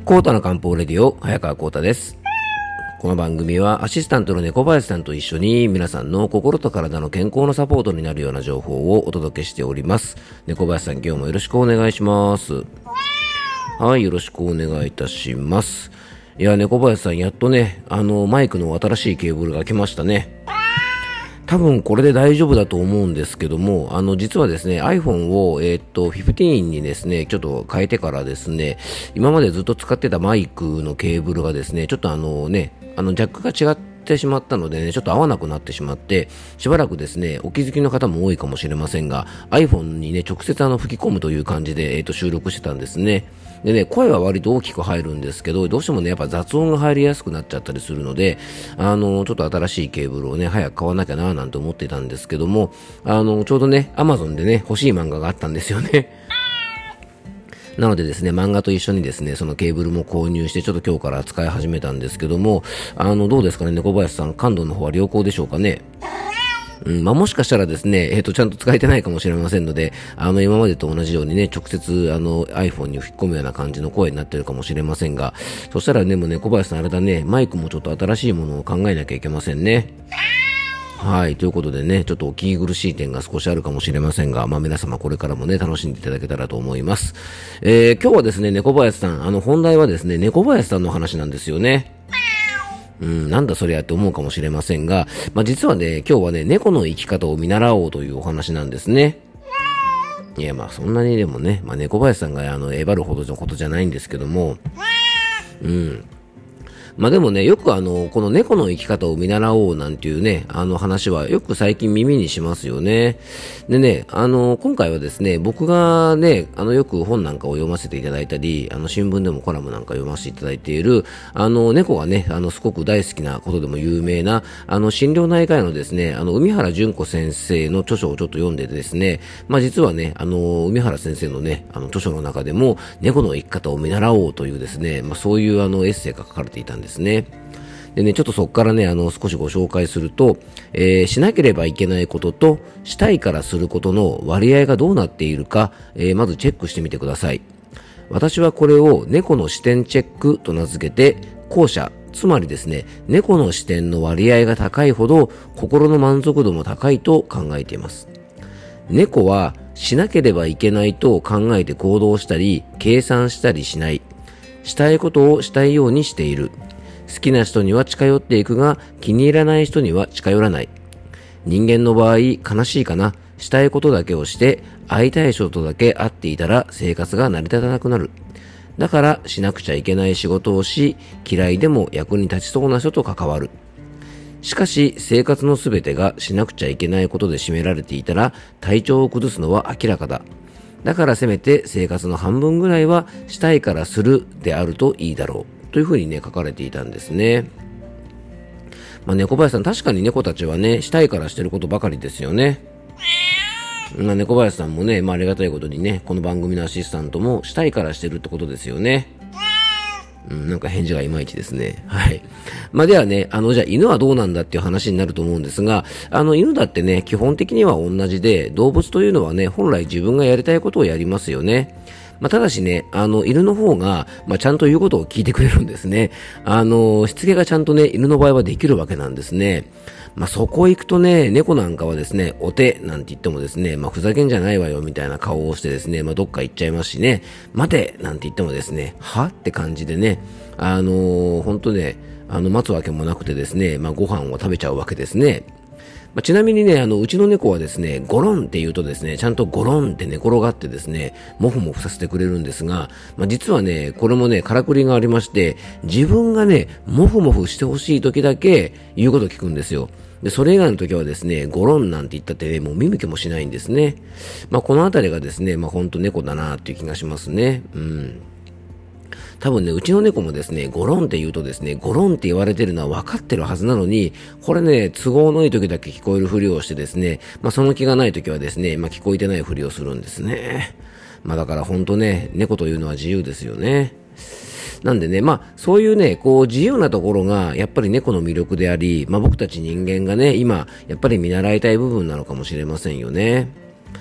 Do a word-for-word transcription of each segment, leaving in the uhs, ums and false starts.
コータの漢方レディオ、早川コータです。この番組はアシスタントの猫林さんと一緒に皆さんの心と体の健康のサポートになるような情報をお届けしております。猫林さん、今日もよろしくお願いします。はい、よろしくお願いいたします。いや、猫林さん、やっとね、あのマイクの新しいケーブルが来ましたね。多分これで大丈夫だと思うんですけども、あの実はですね iPhone を、えー、っとじゅうごにですねちょっと変えてからですね、今までずっと使ってたマイクのケーブルがですねちょっとあのねあのジャックが違ってしまったのでね、ちょっと合わなくなってしまって、しばらくですねお気づきの方も多いかもしれませんが iPhone にね直接あの吹き込むという感じで、えー、っと収録してたんですね。でね、声は割と大きく入るんですけど、どうしてもね、やっぱ雑音が入りやすくなっちゃったりするので、あの、ちょっと新しいケーブルをね、早く買わなきゃななんて思ってたんですけども、あの、ちょうどね、Amazon でね、欲しい漫画があったんですよね。なのでですね、漫画と一緒にですね、そのケーブルも購入して、ちょっと今日から使い始めたんですけども、あの、どうですかね、猫林さん、感度の方は良好でしょうかね。うんまあ、もしかしたらですね、えっと、ちゃんと使えてないかもしれませんので、あの、今までと同じようにね、直接、あの、iPhone に吹き込むような感じの声になってるかもしれませんが、そしたらね、もうね、小林さんあれだね、マイクもちょっと新しいものを考えなきゃいけませんね。はい、ということでね、ちょっとお聞き苦しい点が少しあるかもしれませんが、まあ皆様これからもね、楽しんでいただけたらと思います。えー、今日はですね、猫林さん、あの、本題はですね、猫林さんの話なんですよね。うん、なんだそりゃって思うかもしれませんが、まあ、実はね、今日はね、猫の生き方を見習おうというお話なんですね。いや、まあそんなにでもね、まあ、猫林さんがあの、えばるほどのことじゃないんですけども、うん。まあでもね、よくあの、この猫の生き方を見習おうなんていうね、あの話はよく最近耳にしますよね。でね、あの、今回はですね、僕がね、あの、よく本なんかを読ませていただいたり、あの、新聞でもコラムなんか読ませていただいている、あの、猫がね、あの、すごく大好きなことでも有名な、あの、心療内科医のですね、あの、海原純子先生の著書をちょっと読んでてですね、まあ実はね、あの、海原先生のね、あの、著書の中でも、猫の生き方を見習おうというですね、まあそういうあの、エッセイが書かれていたんです。ですね。でね、ちょっとそこからね、あの、少しご紹介すると、えー、しなければいけないことと、したいからすることの割合がどうなっているか、えー、まずチェックしてみてください。私はこれを猫の視点チェックと名付けて、後者、つまりですね、猫の視点の割合が高いほど、心の満足度も高いと考えています。猫は、しなければいけないと考えて行動したり、計算したりしない。したいことをしたいようにしている。好きな人には近寄っていくが、気に入らない人には近寄らない。人間の場合、悲しいかな。したいことだけをして、会いたい人とだけ会っていたら生活が成り立たなくなる。だからしなくちゃいけない仕事をし、嫌いでも役に立ちそうな人と関わる。しかし、生活のすべてがしなくちゃいけないことで占められていたら、体調を崩すのは明らかだ。だからせめて生活の半分ぐらいはしたいからするであるといいだろう。というふうにね、書かれていたんですね。まあ、猫林さん、確かに猫たちはね、したいからしてることばかりですよね。まあ、猫林さんもね、まあ、ありがたいことにね、この番組のアシスタントもしたいからしてるってことですよね。うん、なんか返事がいまいちですね。はい。まあ、ではね、あの、じゃあ犬はどうなんだっていう話になると思うんですが、あの、犬だってね、基本的には同じで、動物というのはね、本来自分がやりたいことをやりますよね。まあ、ただしね、あの、犬の方が、まあ、ちゃんと言うことを聞いてくれるんですね。あの、しつけがちゃんとね、犬の場合はできるわけなんですね。まあ、そこ行くとね、猫なんかはですね、お手なんて言ってもですね、まあ、ふざけんじゃないわよみたいな顔をしてですね、まあ、どっか行っちゃいますしね、待てなんて言ってもですね、はって感じでね、あのー、ほんとね、あの、待つわけもなくてですね、まあ、ご飯を食べちゃうわけですね。まあ、ちなみにね、あの、うちの猫はですね、ゴロンって言うとですね、ちゃんとゴロンって寝転がってですね、モフモフさせてくれるんですが、まあ、実はね、これもね、からくりがありまして、自分がね、モフモフしてほしい時だけ言うこと聞くんですよ。で、それ以外の時はですね、ゴロンなんて言ったってね、もう見向きもしないんですね。まあ、このあたりがですね、まあ、ほんと猫だなっていう気がしますね。うん。多分ね、うちの猫もですね、ゴロンって言うとですね、ゴロンって言われてるのは分かってるはずなのに、これね、都合のいい時だけ聞こえるふりをしてですね、まあその気がない時はですね、まあ聞こえてないふりをするんですね。まあだからほんとね、猫というのは自由ですよね。なんでね、まあそういうね、こう自由なところがやっぱり猫の魅力であり、まあ僕たち人間がね、今やっぱり見習いたい部分なのかもしれませんよね。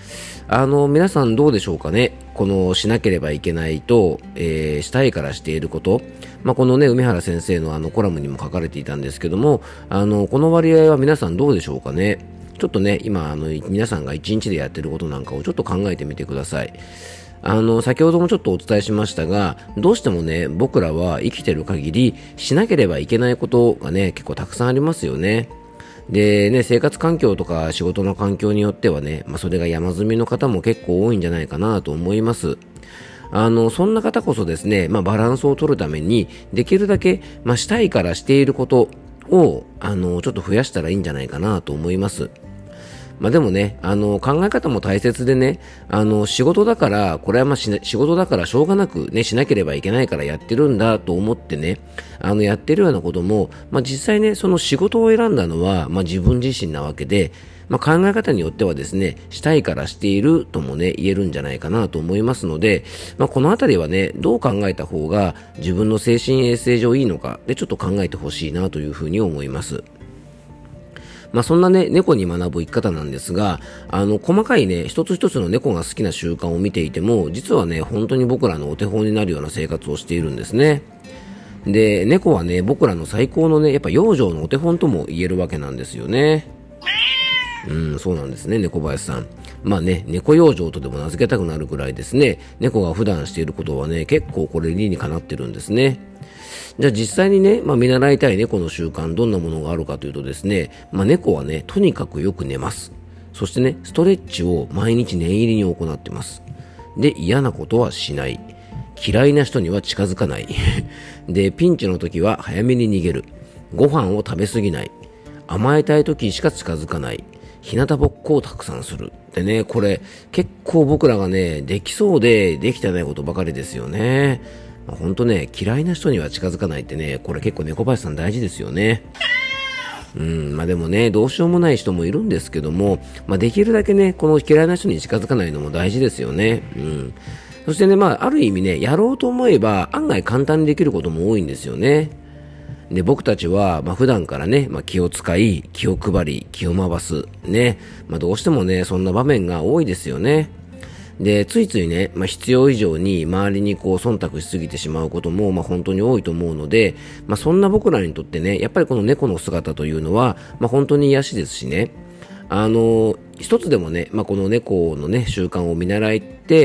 あの、皆さんどうでしょうかね。このしなければいけないと、えー、したいからしていること。まあ、このね、梅原先生のあのコラムにも書かれていたんですけども、あの、この割合は皆さんどうでしょうかね。ちょっとね、今、あの、皆さんが一日でやってることなんかをちょっと考えてみてください。あの、先ほどもちょっとお伝えしましたが、どうしてもね、僕らは生きてる限りしなければいけないことがね、結構たくさんありますよね。でね、生活環境とか仕事の環境によってはね、まあ、それが山積みの方も結構多いんじゃないかなと思います。あの、そんな方こそですね、まあ、バランスを取るために、できるだけ、まあ、したいからしていることを、あの、ちょっと増やしたらいいんじゃないかなと思います。まあでもね、あの、考え方も大切でね、あの、仕事だから、これはまあしな、仕事だからしょうがなくね、しなければいけないからやってるんだと思ってね、あの、やってるようなことも、まあ実際ね、その仕事を選んだのは、まあ自分自身なわけで、まあ考え方によってはですね、したいからしているともね、言えるんじゃないかなと思いますので、まあこのあたりはね、どう考えた方が自分の精神衛生上いいのか、でちょっと考えてほしいなというふうに思います。まあそんなね、猫に学ぶ生き方なんですが、あの、細かいね、一つ一つの猫が好きな習慣を見ていても、実はね、本当に僕らのお手本になるような生活をしているんですね。で、猫はね、僕らの最高のね、やっぱ養生のお手本とも言えるわけなんですよね。うん、そうなんですね、猫林さん。まあね、猫養生とでも名付けたくなるくらいですね、猫が普段していることはね、結構これ理にかなってるんですね。じゃあ実際にね、まあ、見習いたい猫の習慣、どんなものがあるかというとですね、まあ、猫はね、とにかくよく寝ます。そしてね、ストレッチを毎日念入りに行っています。で、嫌なことはしない。嫌いな人には近づかない。で、ピンチの時は早めに逃げる。ご飯を食べ過ぎない。甘えたい時しか近づかない。日向ぼっこをたくさんする。でね、これ結構僕らがね、できそうでできてないことばかりですよね。ほんとね、嫌いな人には近づかないってね、これ結構猫林さん大事ですよね。うん、まあでもね、どうしようもない人もいるんですけども、まあできるだけね、この嫌いな人に近づかないのも大事ですよね。うん。そしてね、まあある意味ね、やろうと思えば案外簡単にできることも多いんですよね。で、僕たちは、まあ普段からね、まあ気を使い、気を配り、気を回す。ね。まあどうしてもね、そんな場面が多いですよね。で、ついついね、まあ、必要以上に周りにこう忖度しすぎてしまうことも、まあ、本当に多いと思うので、まあ、そんな僕らにとってね、やっぱりこの猫の姿というのは、まあ、本当に癒しですしね、あの、一つでもね、まあ、この猫のね、習慣を見習って、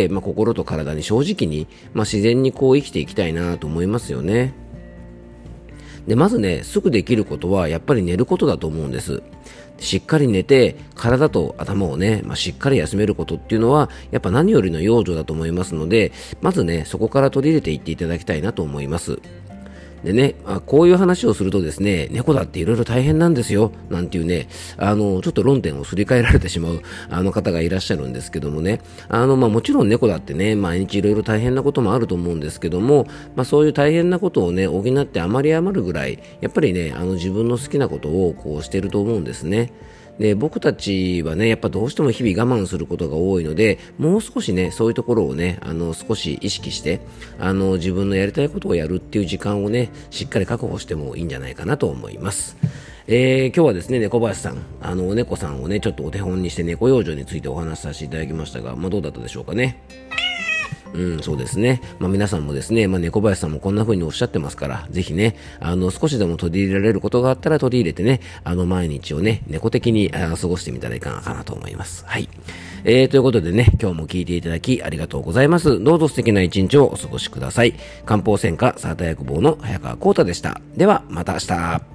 まあ、心と体に正直に、まあ、自然にこう生きていきたいなと思いますよね。で、まずね、すぐできることはやっぱり寝ることだと思うんです。しっかり寝て体と頭をね、まあ、しっかり休めることっていうのはやっぱ何よりの養生だと思いますので、まずね、そこから取り入れていっていただきたいなと思います。でね、あ、こういう話をするとですね、猫だっていろいろ大変なんですよ、なんていうね、あの、ちょっと論点をすり替えられてしまう、あの方がいらっしゃるんですけどもね、あの、まあ、もちろん猫だってね、毎日いろいろ大変なこともあると思うんですけども、まあ、そういう大変なことをね、補って余り余るぐらい、やっぱりね、あの、自分の好きなことをこうしてると思うんですね。で、僕たちはね、やっぱどうしても日々我慢することが多いので、もう少しね、そういうところをね、あの、少し意識して、あの、自分のやりたいことをやるっていう時間をね、しっかり確保してもいいんじゃないかなと思います。えー、今日はですね、猫林さん、あの、猫さんをね、ちょっとお手本にして猫養生についてお話しさせていただきましたが、まあ、どうだったでしょうかね。うん、そうですね。まあ皆さんもですね、まあ猫林さんもこんな風におっしゃってますから、ぜひね、あの、少しでも取り入れられることがあったら取り入れてね、あの、毎日をね、猫的にあ過ごしてみたらいかがかなと思います。はい。えー、ということでね、今日も聞いていただきありがとうございます。どうぞ素敵な一日をお過ごしください。漢方専科サーター薬房の早川幸太でした。では、また明日。